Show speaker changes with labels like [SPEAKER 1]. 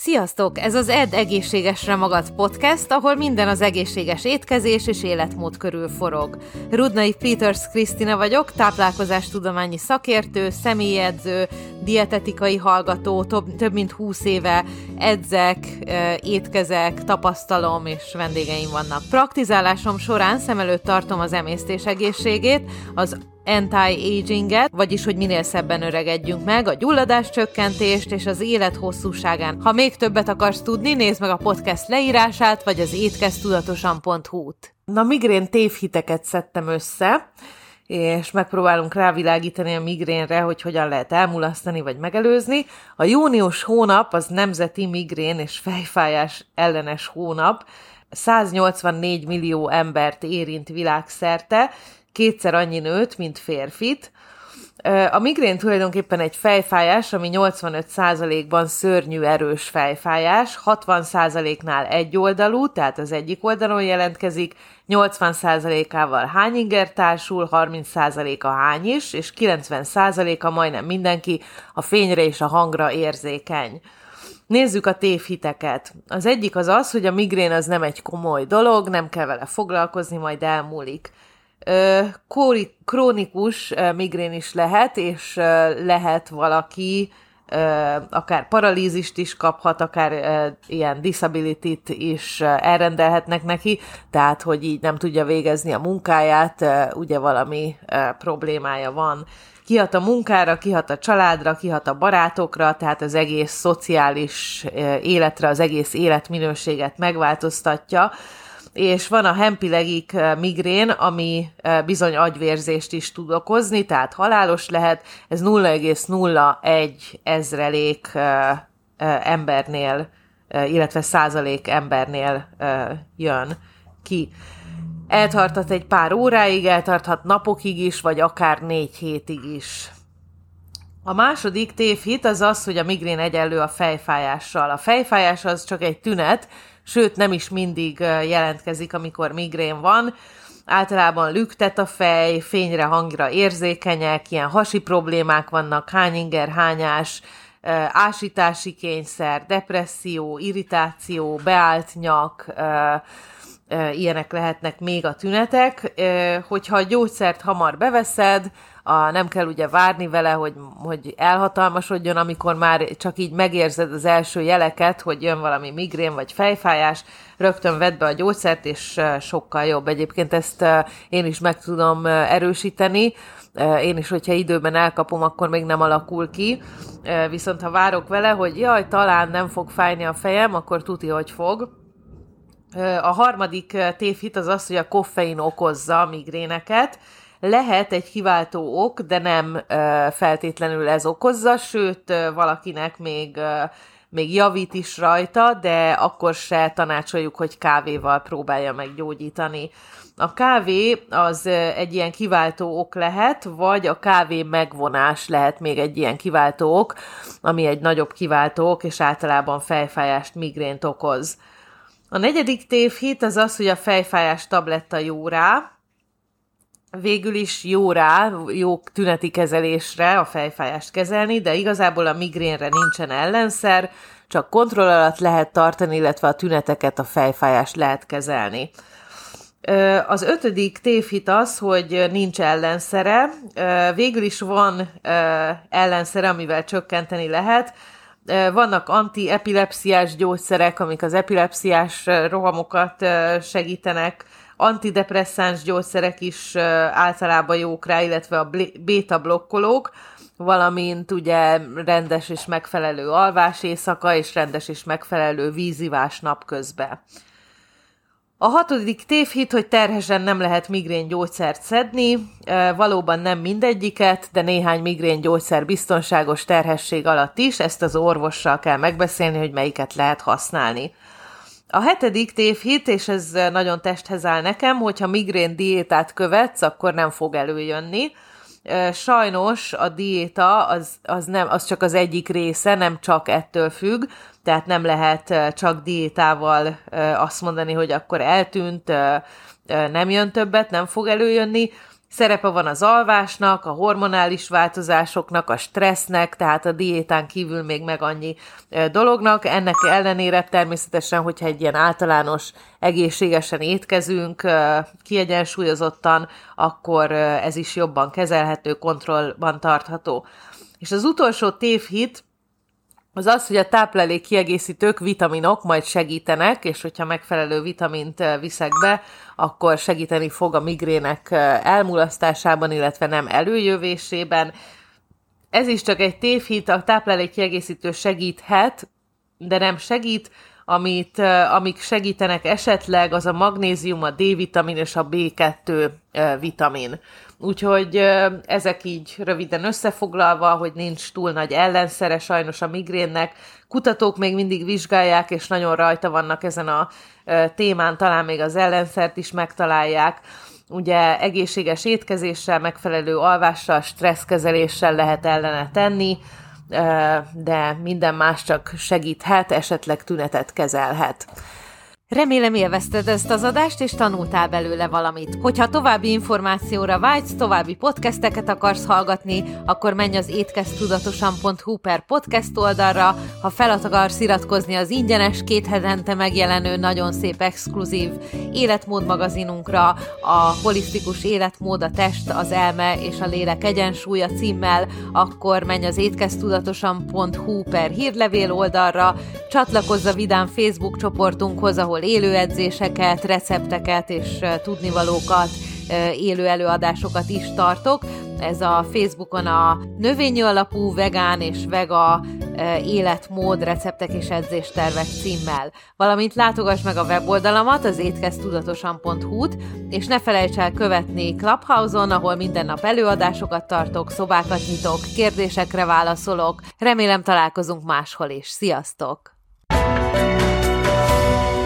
[SPEAKER 1] Sziasztok! Ez az Edd egészségesre magad podcast, ahol minden az egészséges étkezés és életmód körül forog. Rudnai Peters Krisztina vagyok, táplálkozástudományi szakértő, személyedző, dietetikai hallgató, több mint 20 éve edzek, étkezek, tapasztalom és vendégeim vannak. Praktizálásom során szem előtt tartom az emésztés egészségét, az anti-aginget, vagyis hogy minél szebben öregedjünk meg, a gyulladáscsökkentést és az élet hosszúságán. Ha még többet akarsz tudni, nézd meg a podcast leírását, vagy az étkeztudatosan.hu-t. Na, migrén tévhiteket szedtem össze, és megpróbálunk rávilágítani a migrénre, hogy hogyan lehet elmulasztani vagy megelőzni. A június hónap az nemzeti migrén és fejfájás ellenes hónap. 184 millió embert érint világszerte, kétszer annyi nőt, mint férfit. A migrén tulajdonképpen egy fejfájás, ami 85%-ban szörnyű, erős fejfájás, 60%-nál egyoldalú, tehát az egyik oldalon jelentkezik, 80%-ával hányinger társul, 30%-a hány is, és 90%-a majdnem mindenki a fényre és a hangra érzékeny. Nézzük a tévhiteket. Az egyik az, hogy a migrén az nem egy komoly dolog, nem kell vele foglalkozni, majd elmúlik. Krónikus migrén is lehet, és lehet valaki akár paralízist is kaphat, akár ilyen disability-t is elrendelhetnek neki, tehát hogy így nem tudja végezni a munkáját, ugye valami problémája van. Kihat a munkára, kihat a családra, kihat a barátokra, tehát az egész szociális életre, az egész életminőséget megváltoztatja, és van a hempilegik migrén, ami bizony agyvérzést is tud okozni, tehát halálos lehet, ez 0,01 embernél, illetve százalék embernél jön ki. Eltarthat egy pár óráig, eltarthat napokig is, vagy akár 4 hétig is. A második tévhit az, hogy a migrén egyenlő a fejfájással. A fejfájás az csak egy tünet, sőt nem is mindig jelentkezik, amikor migrén van. Általában lüktet a fej, fényre, hangra érzékenyek, ilyen hasi problémák vannak, hányinger, hányás, ásítási kényszer, depresszió, irritáció, beállt nyak, ilyenek lehetnek még a tünetek. Hogyha a gyógyszert hamar beveszed, nem kell ugye várni vele, hogy elhatalmasodjon, amikor már csak így megérzed az első jeleket, hogy jön valami migrén vagy fejfájás, rögtön vedd be a gyógyszert, és sokkal jobb. Egyébként ezt én is meg tudom erősíteni. Én is, hogyha időben elkapom, akkor még nem alakul ki. Viszont ha várok vele, hogy jaj, talán nem fog fájni a fejem, akkor tuti, hogy fog. A harmadik tévhit az, hogy a koffein okozza a migréneket. Lehet egy kiváltó ok, de nem feltétlenül ez okozza, sőt, valakinek még javít is rajta, de akkor se tanácsoljuk, hogy kávéval próbálja meg gyógyítani. A kávé az egy ilyen kiváltó ok lehet, vagy a kávé megvonás lehet még egy ilyen kiváltó ok, ami egy nagyobb kiváltó ok, és általában fejfájást, migrént okoz. A negyedik tévhit az, hogy a fejfájás tabletta jó rá. Végül is jó tüneti kezelésre a fejfájást kezelni, de igazából a migrénre nincsen ellenszer, csak kontroll alatt lehet tartani, illetve a tüneteket, a fejfájást lehet kezelni. Az ötödik tévhit az, hogy nincs ellenszere. Végül is van ellenszere, amivel csökkenteni lehet. Vannak antiepilepsziás gyógyszerek, amik az epilepsziás rohamokat segítenek, antidepresszáns gyógyszerek is általában jók rá, illetve a béta-blokkolók, valamint ugye rendes és megfelelő alvás éjszaka, és rendes és megfelelő vízivás napközben. A hatodik tévhit, hogy terhesen nem lehet migrén gyógyszert szedni, valóban nem mindegyiket, de néhány migrén gyógyszer biztonságos terhesség alatt is, ezt az orvossal kell megbeszélni, hogy melyiket lehet használni. A hetedik tévhit, és ez nagyon testhez áll nekem, hogyha migrén diétát követsz, akkor nem fog előjönni. Sajnos a diéta az csak az egyik része, nem csak ettől függ, tehát nem lehet csak diétával azt mondani, hogy akkor eltűnt, nem jön többet, nem fog előjönni. Szerepe van az alvásnak, a hormonális változásoknak, a stressznek, tehát a diétán kívül még meg annyi dolognak. Ennek ellenére természetesen, hogyha egy ilyen általános egészségesen étkezünk, kiegyensúlyozottan, akkor ez is jobban kezelhető, kontrollban tartható. És az utolsó tévhit az, hogy a táplálék kiegészítők, vitaminok majd segítenek, és hogyha megfelelő vitamint viszek be, akkor segíteni fog a migrének elmulasztásában, illetve nem előjövésében. Ez is csak egy tévhit, a táplálék kiegészítő segíthet, de nem segít. Amik segítenek esetleg, az a magnézium, a D-vitamin és a B2 vitamin. Úgyhogy ezek így röviden összefoglalva, hogy nincs túl nagy ellenszere sajnos a migrénnek. Kutatók még mindig vizsgálják, és nagyon rajta vannak ezen a témán, talán még az ellenszert is megtalálják. Ugye egészséges étkezéssel, megfelelő alvással, stresszkezeléssel lehet ellene tenni, de minden más csak segíthet, esetleg tünetet kezelhet.
[SPEAKER 2] Remélem élvezted ezt az adást, és tanultál belőle valamit. Hogyha további információra vágysz, további podcasteket akarsz hallgatni, akkor menj az étkeztudatosan.hu/podcast oldalra. Ha fel akarsz iratkozni az ingyenes, 2 hetente megjelenő, nagyon szép exkluzív életmód magazinunkra, a holisztikus életmód, a test, az elme és a lélek egyensúlya címmel, akkor menj az étkeztudatosan.hu/hírlevél oldalra, csatlakozz a vidám Facebook csoportunkhoz, ahol élő edzéseket, recepteket és tudnivalókat, élő előadásokat is tartok. Ez a Facebookon a növényi alapú vegán és vega életmód, receptek és edzéstervek címmel. Valamint látogass meg a weboldalamat, az étkeztudatosan.hu-t, és ne felejts el követni Clubhouse-on, ahol minden nap előadásokat tartok, szobákat nyitok, kérdésekre válaszolok. Remélem találkozunk máshol is. Sziasztok!